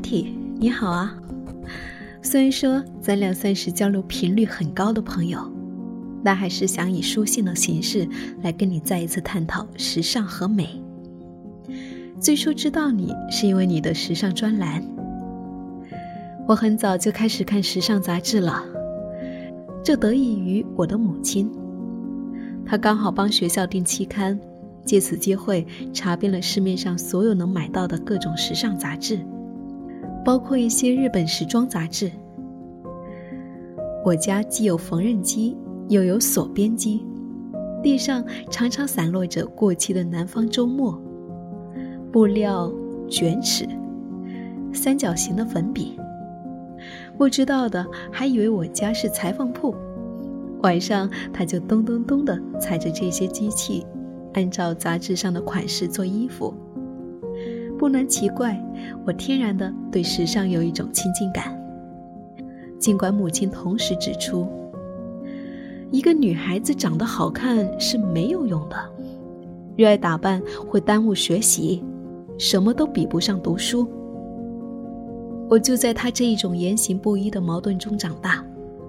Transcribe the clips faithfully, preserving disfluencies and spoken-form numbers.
Patty， 你好啊。虽然说咱俩算是交流频率很高的朋友，但还是想以书信的形式来跟你再一次探讨时尚和美。最初知道你是因为你的时尚专栏，我很早就开始看时尚杂志了，这得益于我的母亲，她刚好帮学校订期刊，借此机会查遍了市面上所有能买到的各种时尚杂志，包括一些日本时装杂志。我家既有缝纫机，又有锁边机，地上常常散落着过期的南方周末、布料、卷尺、三角形的粉笔。不知道的还以为我家是裁缝铺，晚上他就咚咚咚地踩着这些机器，按照杂志上的款式做衣服。不难奇怪，我天然地对时尚有一种亲近感。尽管母亲同时指出，一个女孩子长得好看是没有用的，热爱打扮会耽误学习，什么都比不上读书。我就在她这一种言行不一的矛盾中长大。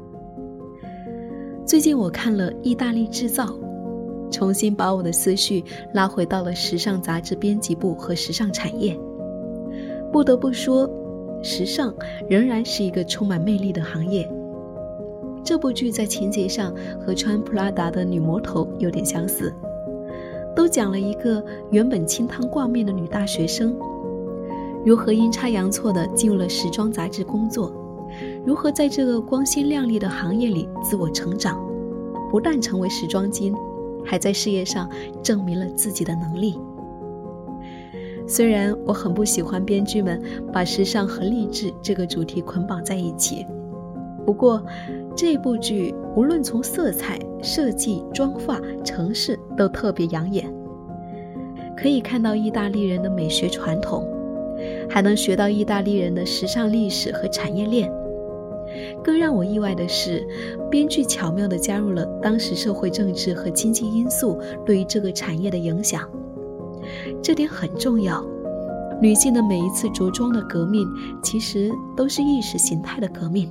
最近我看了《意大利制造》，重新把我的思绪拉回到了时尚杂志编辑部和时尚产业。不得不说，时尚仍然是一个充满魅力的行业。这部剧在情节上和穿普拉达的女魔头有点相似，都讲了一个原本清汤挂面的女大学生，如何阴差阳错地进入了时装杂志工作，如何在这个光鲜亮丽的行业里自我成长，不但成为时装精，还在事业上证明了自己的能力。虽然我很不喜欢编剧们把时尚和励志这个主题捆绑在一起，不过这部剧无论从色彩、设计、妆发、程式都特别养眼，可以看到意大利人的美学传统，还能学到意大利人的时尚历史和产业链。更让我意外的是，编剧巧妙地加入了当时社会政治和经济因素对于这个产业的影响，这点很重要。女性的每一次着装的革命，其实都是意识形态的革命。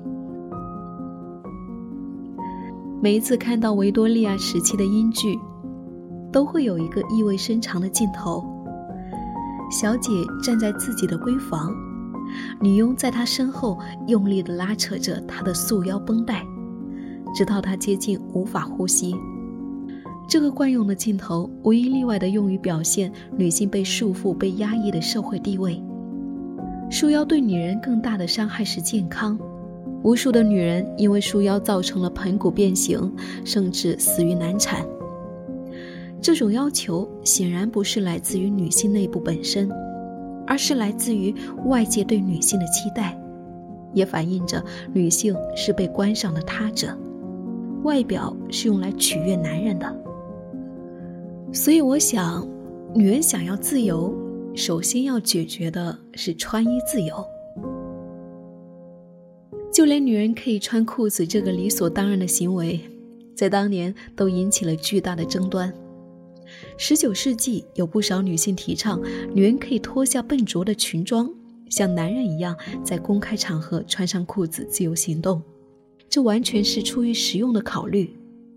每一次看到维多利亚时期的英剧，都会有一个意味深长的镜头，小姐站在自己的闺房，女佣在她身后用力地拉扯着她的束腰绷带，直到她接近无法呼吸。这个惯用的镜头无一例外地用于表现女性被束缚、被压抑的社会地位。束腰对女人更大的伤害是健康，无数的女人因为束腰造成了盆骨变形，甚至死于难产。这种要求显然不是来自于女性内部本身，而是来自于外界对女性的期待，也反映着女性是被观赏的他者，外表是用来取悦男人的。所以我想，女人想要自由，首先要解决的是穿衣自由。就连女人可以穿裤子这个理所当然的行为，在当年都引起了巨大的争端。十九世纪有不少女性提倡女人可以脱下笨拙的裙装，像男人一样在公开场合穿上裤子自由行动，这完全是出于实用的考虑。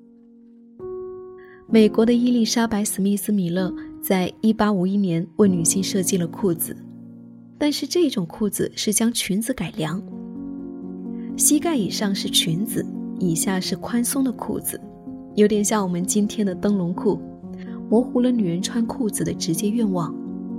美国的伊丽莎白·史密斯·米勒在一八五一年为女性设计了裤子，但是这种裤子是将裙子改良，膝盖以上是裙子，以下是宽松的裤子，有点像我们今天的灯笼裤，模糊了女人穿裤子的直接愿望。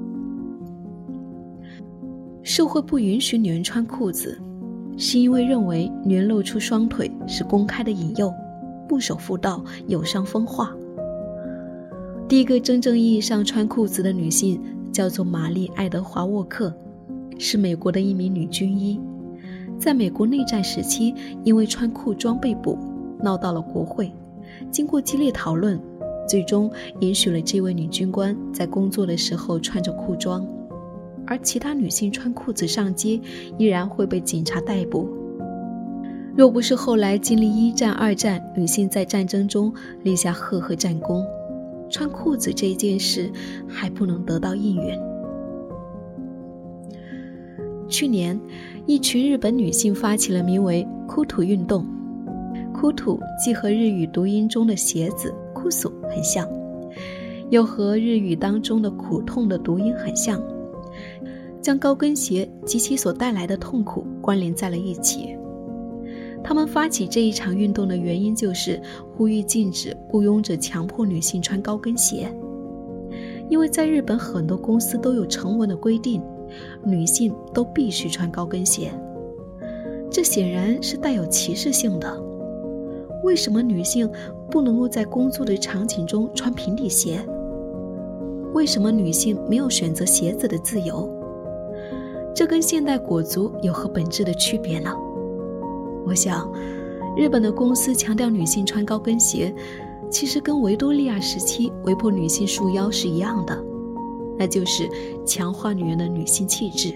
社会不允许女人穿裤子，是因为认为女人露出双腿是公开的引诱，不守妇道，有伤风化。第一个真正意义上穿裤子的女性叫做玛丽·爱德华·沃克，是美国的一名女军医，在美国内战时期因为穿裤装被捕，闹到了国会，经过激烈讨论，最终允许了这位女军官在工作的时候穿着裤装，而其他女性穿裤子上街依然会被警察逮捕。若不是后来经历一战、二战，女性在战争中立下赫赫战功，穿裤子这件事还不能得到应允。 去年，一群日本女性发起了名为哭土运动。哭土既和日语读音中的鞋子哭索很像，又和日语当中的苦痛的读音很像，将高跟鞋及其所带来的痛苦关联在了一起。他们发起这一场运动的原因就是呼吁禁止雇佣者强迫女性穿高跟鞋，因为在日本很多公司都有成文的规定，女性都必须穿高跟鞋，这显然是带有歧视性的。为什么女性不能够在工作的场景中穿平底鞋？为什么女性没有选择鞋子的自由？这跟现代裹足有何本质的区别呢？我想，日本的公司强调女性穿高跟鞋，其实跟维多利亚时期围迫女性束腰是一样的，那就是强化女人的女性气质。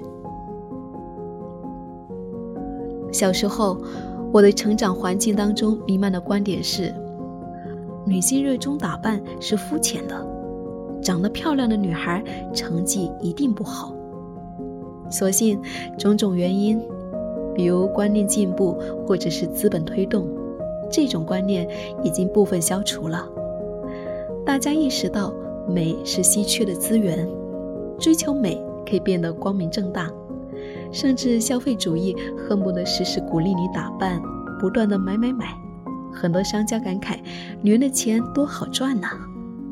小时候，我的成长环境当中弥漫的观点是，女性热衷打扮是肤浅的，长得漂亮的女孩成绩一定不好。所幸种种原因，比如观念进步或者是资本推动，这种观念已经部分消除了。大家意识到美是稀缺的资源，追求美可以变得光明正大，甚至消费主义恨不得时时鼓励你打扮，不断的买买买。很多商家感慨，女人的钱多好赚啊。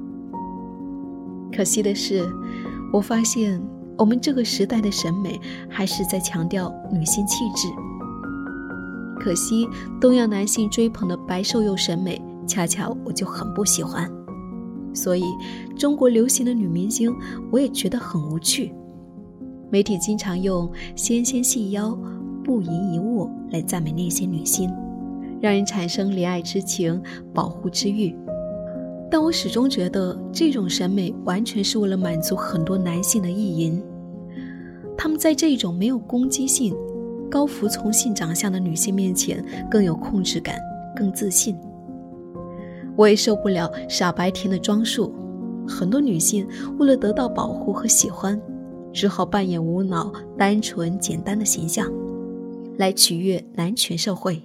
可惜的是，我发现我们这个时代的审美还是在强调女性气质。可惜东亚男性追捧的白瘦幼审美，恰巧我就很不喜欢。所以中国流行的女明星我也觉得很无趣。媒体经常用纤纤细腰、不盈一物来赞美那些女星，让人产生怜爱之情、保护之欲。但我始终觉得这种审美完全是为了满足很多男性的意淫。他们在这种没有攻击性、高服从性长相的女性面前更有控制感，更自信。我也受不了傻白甜的装束，很多女性为了得到保护和喜欢，只好扮演无脑、单纯、简单的形象，来取悦男权社会。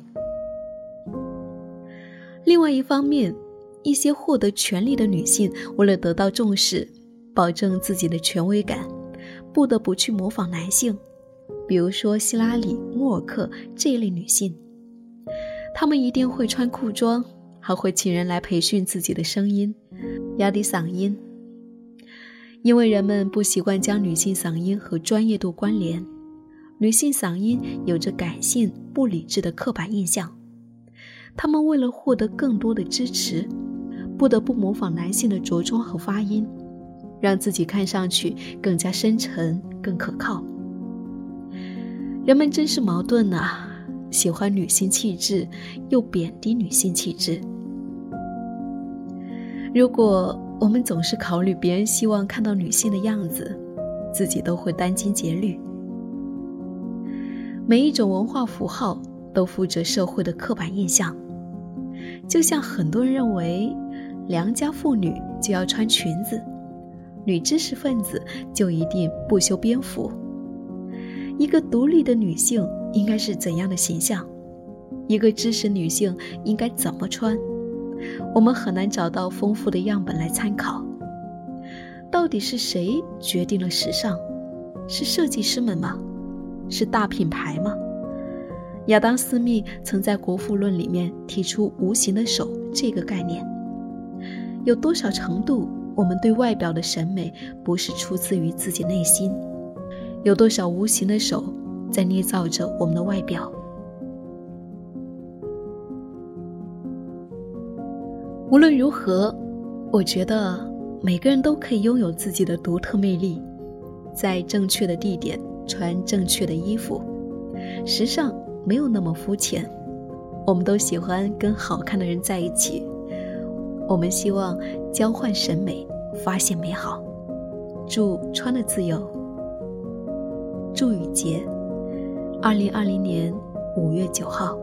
另外一方面，一些获得权力的女性为了得到重视，保证自己的权威感，不得不去模仿男性，比如说希拉里、默尔克这一类女性。她们一定会穿裤装，还会请人来培训自己的声音，压低嗓音。因为人们不习惯将女性嗓音和专业度关联，女性嗓音有着感性、不理智的刻板印象。她们为了获得更多的支持，不得不模仿男性的着装和发音，让自己看上去更加深沉、更可靠。人们真是矛盾啊，喜欢女性气质，又贬低女性气质。如果我们总是考虑别人希望看到女性的样子，自己都会殚精竭虑。每一种文化符号都附着社会的刻板印象，就像很多人认为良家妇女就要穿裙子，女知识分子就一定不修边幅。一个独立的女性应该是怎样的形象？一个知识女性应该怎么穿？我们很难找到丰富的样本来参考。到底是谁决定了时尚？是设计师们吗？是大品牌吗？亚当·斯密曾在《国富论》里面提出无形的手这个概念。有多少程度我们对外表的审美不是出自于自己内心？有多少无形的手在捏造着我们的外表？无论如何，我觉得每个人都可以拥有自己的独特魅力，在正确的地点穿正确的衣服。时尚没有那么肤浅，我们都喜欢跟好看的人在一起，我们希望交换审美，发现美好。祝穿的自由。祝雨杰，二零二零年五月九号。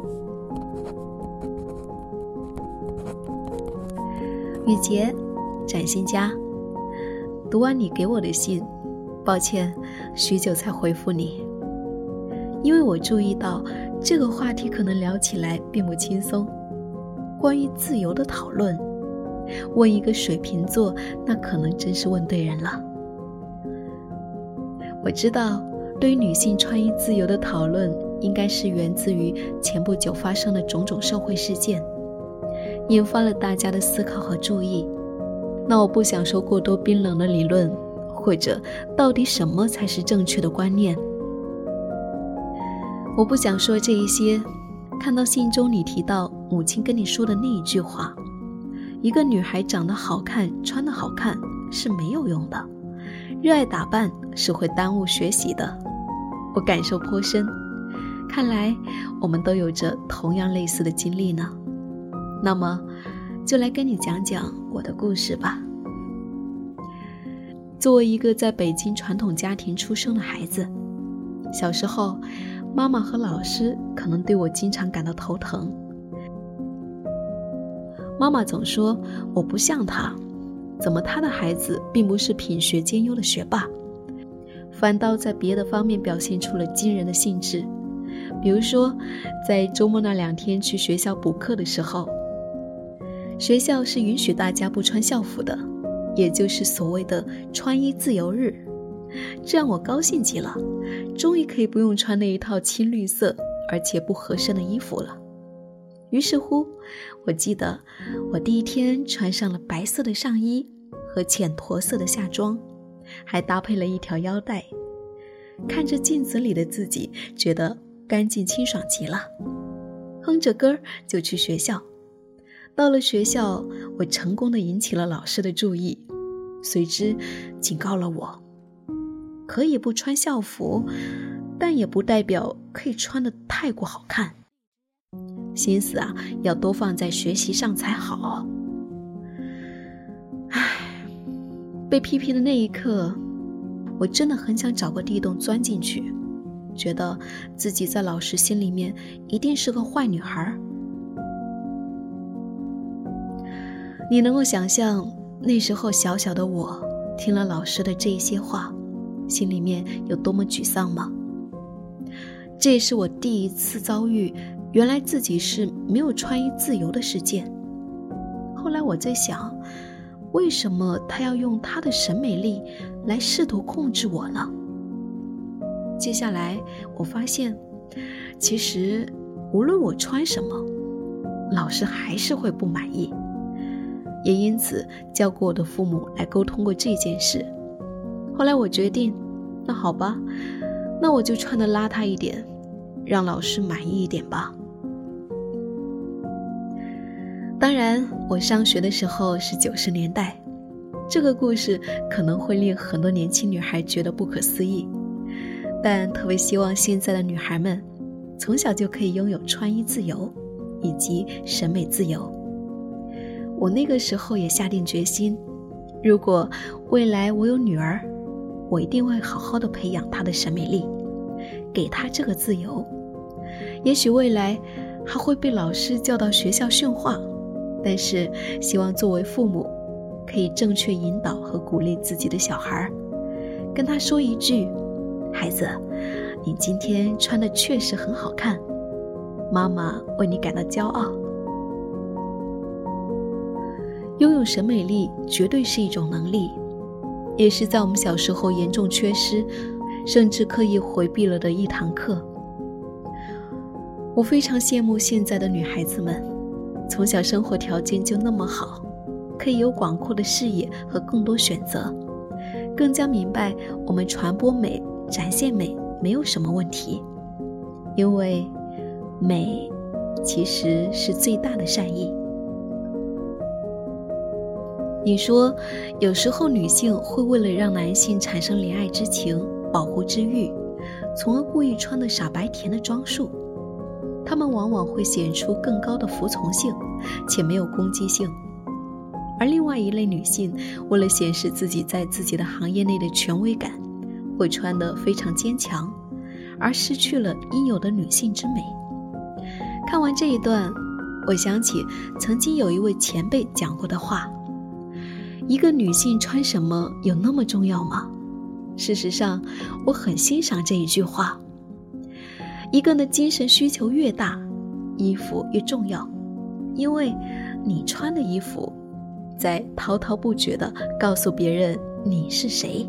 雨杰， 展信佳，读完你给我的信，抱歉，许久才回复你。因为我注意到这个话题可能聊起来并不轻松，关于自由的讨论，问一个水瓶座，那可能真是问对人了。我知道，对于女性穿衣自由的讨论，应该是源自于前不久发生的种种社会事件，引发了大家的思考和注意。那我不想说过多冰冷的理论，或者到底什么才是正确的观念。我不想说这一些。看到信中你提到母亲跟你说的那一句话，一个女孩长得好看，穿得好看是没有用的，热爱打扮是会耽误学习的，我感受颇深。看来我们都有着同样类似的经历呢。那么就来跟你讲讲我的故事吧。作为一个在北京传统家庭出生的孩子，小时候妈妈和老师可能对我经常感到头疼。妈妈总说我不像她，怎么她的孩子并不是品学兼优的学霸，反倒在别的方面表现出了惊人的兴致。比如说，在周末那两天去学校补课的时候，学校是允许大家不穿校服的，也就是所谓的穿衣自由日。这让我高兴极了，终于可以不用穿那一套青绿色而且不合身的衣服了。于是乎，我记得我第一天穿上了白色的上衣和浅驼色的下装，还搭配了一条腰带。看着镜子里的自己，觉得干净清爽极了，哼着歌就去学校。到了学校，我成功地引起了老师的注意，随之警告了我，可以不穿校服，但也不代表可以穿得太过好看。心思啊，要多放在学习上才好。唉，被批评的那一刻，我真的很想找个地洞钻进去，觉得自己在老师心里面一定是个坏女孩。你能够想象那时候小小的我听了老师的这些话，心里面有多么沮丧吗？这也是我第一次遭遇原来自己是没有穿衣自由的事件。后来我在想，为什么他要用他的审美力来试图控制我呢？接下来我发现，其实无论我穿什么，老师还是会不满意。也因此叫过我的父母来沟通过这件事。后来我决定，那好吧，那我就穿得邋遢一点，让老师满意一点吧。当然，我上学的时候是九十年代，这个故事可能会令很多年轻女孩觉得不可思议，但特别希望现在的女孩们从小就可以拥有穿衣自由以及审美自由。我那个时候也下定决心，如果未来我有女儿，我一定会好好的培养她的审美力，给她这个自由。也许未来还会被老师叫到学校训话，但是希望作为父母可以正确引导和鼓励自己的小孩，跟他说一句，孩子，你今天穿的确实很好看，妈妈为你感到骄傲。拥有审美力绝对是一种能力，也是在我们小时候严重缺失，甚至刻意回避了的一堂课。我非常羡慕现在的女孩子们，从小生活条件就那么好，可以有广阔的视野和更多选择，更加明白我们传播美、展现美没有什么问题，因为美其实是最大的善意。你说，有时候女性会为了让男性产生怜爱之情、保护之欲，从而故意穿得傻白甜的装束，她们往往会显出更高的服从性，且没有攻击性。而另外一类女性，为了显示自己在自己的行业内的权威感，会穿得非常坚强，而失去了应有的女性之美。看完这一段，我想起曾经有一位前辈讲过的话， 一个女性穿什么有那么重要吗？事实上，我很欣赏这一句话。一个人的精神需求越大，衣服越重要，因为你穿的衣服在滔滔不绝地告诉别人你是谁。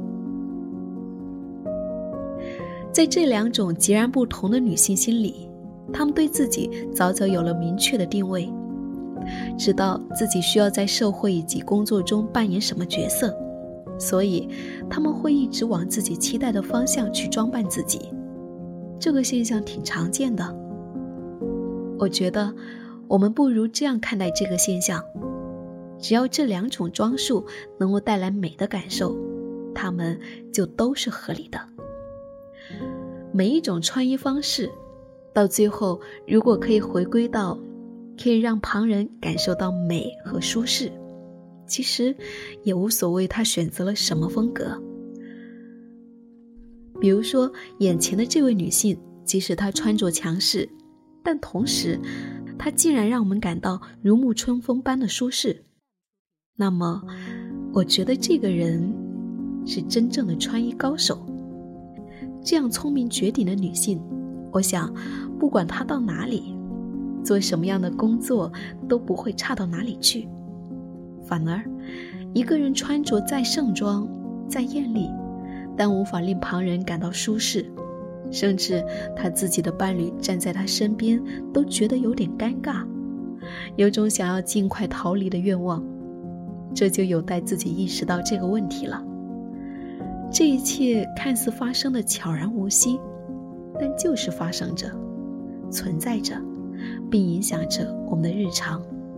在这两种截然不同的女性心里，她们对自己早早有了明确的定位，知道自己需要在社会以及工作中扮演什么角色，所以她们会一直往自己期待的方向去装扮自己。这个现象挺常见的。我觉得我们不如这样看待这个现象，只要这两种装束能够带来美的感受，它们就都是合理的。每一种穿衣方式到最后如果可以回归到可以让旁人感受到美和舒适，其实也无所谓他选择了什么风格。比如说眼前的这位女性，即使她穿着强势，但同时她竟然让我们感到如沐春风般的舒适，那么我觉得这个人是真正的穿衣高手。这样聪明绝顶的女性，我想不管她到哪里做什么样的工作都不会差到哪里去。反而一个人穿着再盛装再艳丽，但无法令旁人感到舒适，甚至他自己的伴侣站在他身边都觉得有点尴尬，有种想要尽快逃离的愿望，这就有待自己意识到这个问题了。这一切看似发生的悄然无息，但就是发生着，存在着，并影响着我们的日常。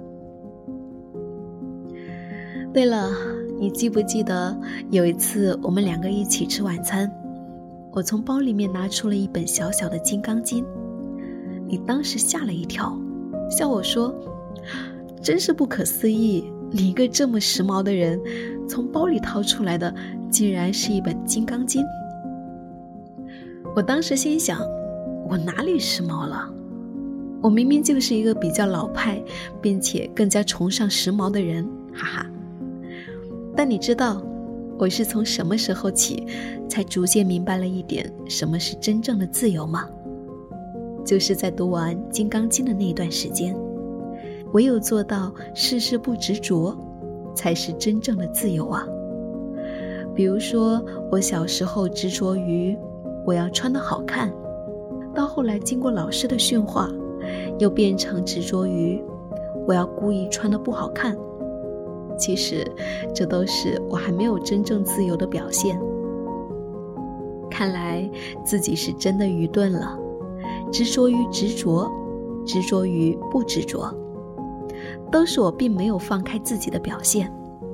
对了，你记不记得有一次我们两个一起吃晚餐，我从包里面拿出了一本小小的《金刚经》，你当时吓了一跳，笑我说，真是不可思议，你一个这么时髦的人，从包里掏出来的竟然是一本《金刚经》。我当时心想，我哪里时髦了？我明明就是一个比较老派并且更加崇尚时髦的人，哈哈。但你知道我是从什么时候起才逐渐明白了一点什么是真正的自由吗？就是在读完《金刚经》的那段时间，唯有做到事事不执着，才是真正的自由啊。比如说我小时候执着于我要穿得好看，到后来经过老师的训话，又变成执着于我要故意穿得不好看。其实这都是我还没有真正自由的表现。看来自己是真的愚钝了，执着于执着，执着于不执着，都是我并没有放开自己的表现。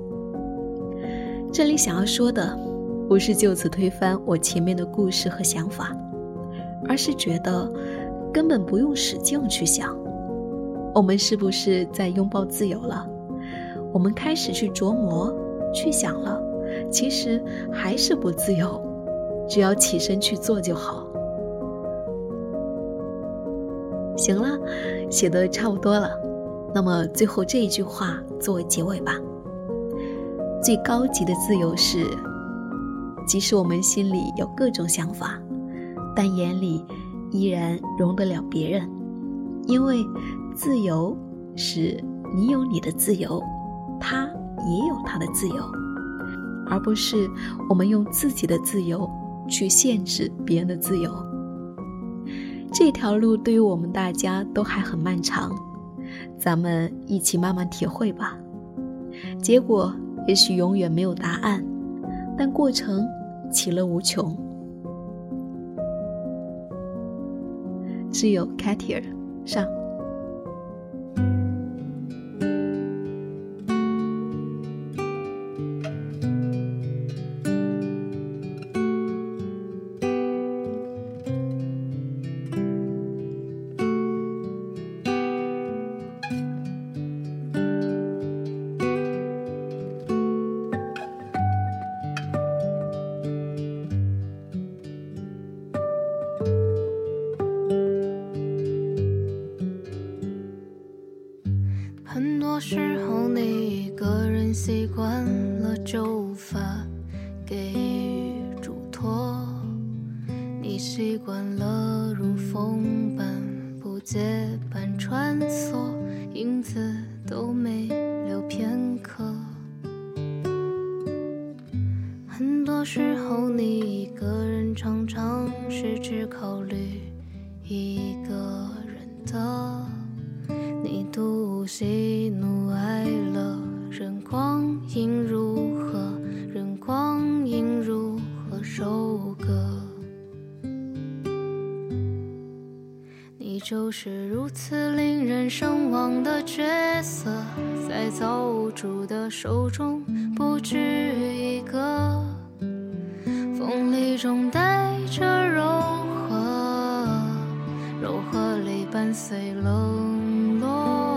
这里想要说的不是就此推翻我前面的故事和想法，而是觉得根本不用使劲去想，我们是不是在拥抱自由了？我们开始去琢磨去想了，其实还是不自由，只要起身去做就好。行了，写得差不多了，那么最后这一句话作为结尾吧。最高级的自由是，即使我们心里有各种想法，但眼里依然容得了别人，因为自由是你有你的自由，他也有他的自由，而不是我们用自己的自由去限制别人的自由。这条路对于我们大家都还很漫长，咱们一起慢慢体会吧。结果也许永远没有答案，但过程其乐无穷。挚友 Katia 上。 候你一个人习惯了就无法给予嘱托，你习惯了如风般不结伴穿梭，影子都没留片刻。很多时候你一个人常常是只考虑一个人的，你独喜怒哀乐，任光阴如何，任光阴如何收割。你就是如此令人神往的角色，在造物主的手中不止一个，锋利中带着柔和，柔和里伴随冷落。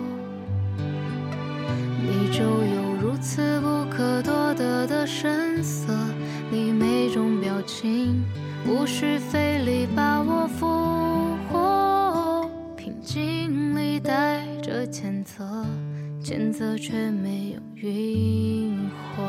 你就有如此不可多得的神色，你每种表情无需费力把我俘获，平静里带着谴责，谴责却没有晕火。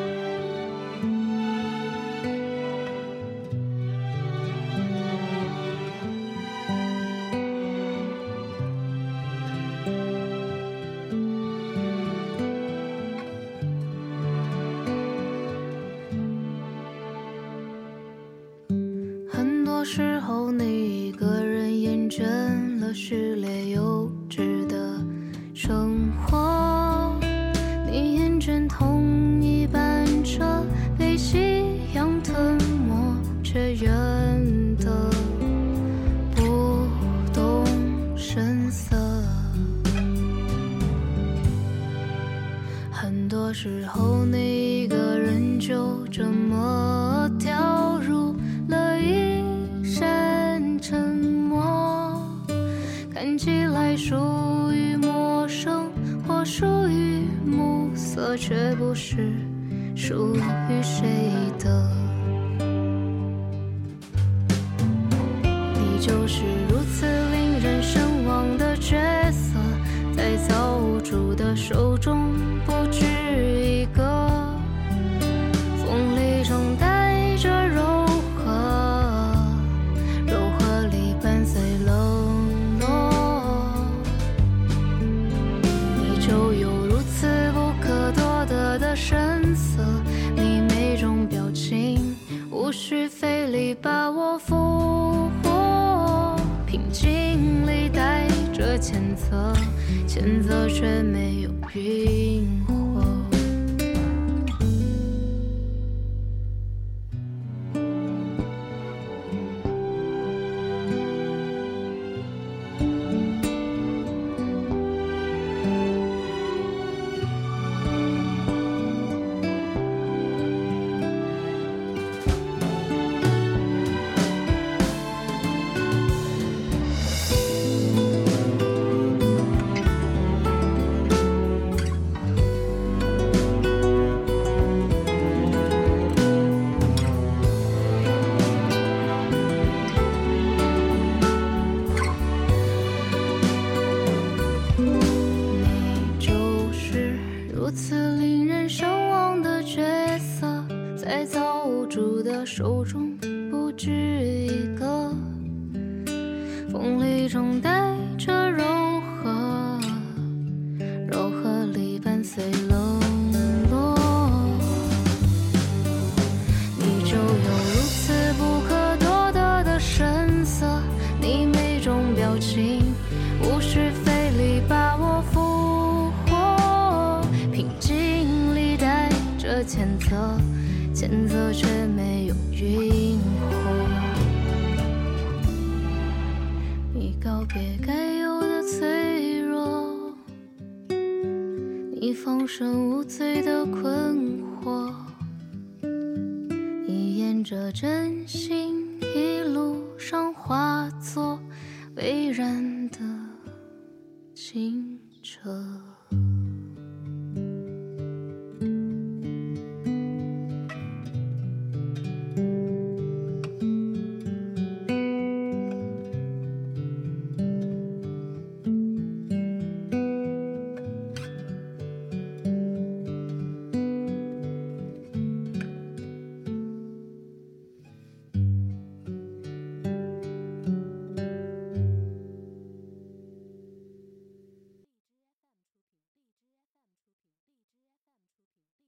很多时候你一个人厌倦了序列幼稚的生活，你厌倦同一班车被夕阳吞没，却远得不动声色。很多时候你一个人就这么掉入了一身沉默，看起来属于陌生或属于暮色，却不是属于谁的。你就是如此令人神往的角色，在造物主的手中不止一个，锋利中带着柔和，柔和里伴随冷落。你就有如此不可多得的神色，你每种表情无需费力把我俘获，平静里带着谴责，谴责却没有晕火。如此令人神往的角色，在造物主的手中不止一个，锋利中带着柔和，柔和里伴随冷落。你就有如此不可多得的神色，你每种表情无需费力把我俘获，平静里带着谴责，谴责却没有晕火。你告别该有的脆弱，你放声无罪的困惑，你沿着真心一路上化作蔚然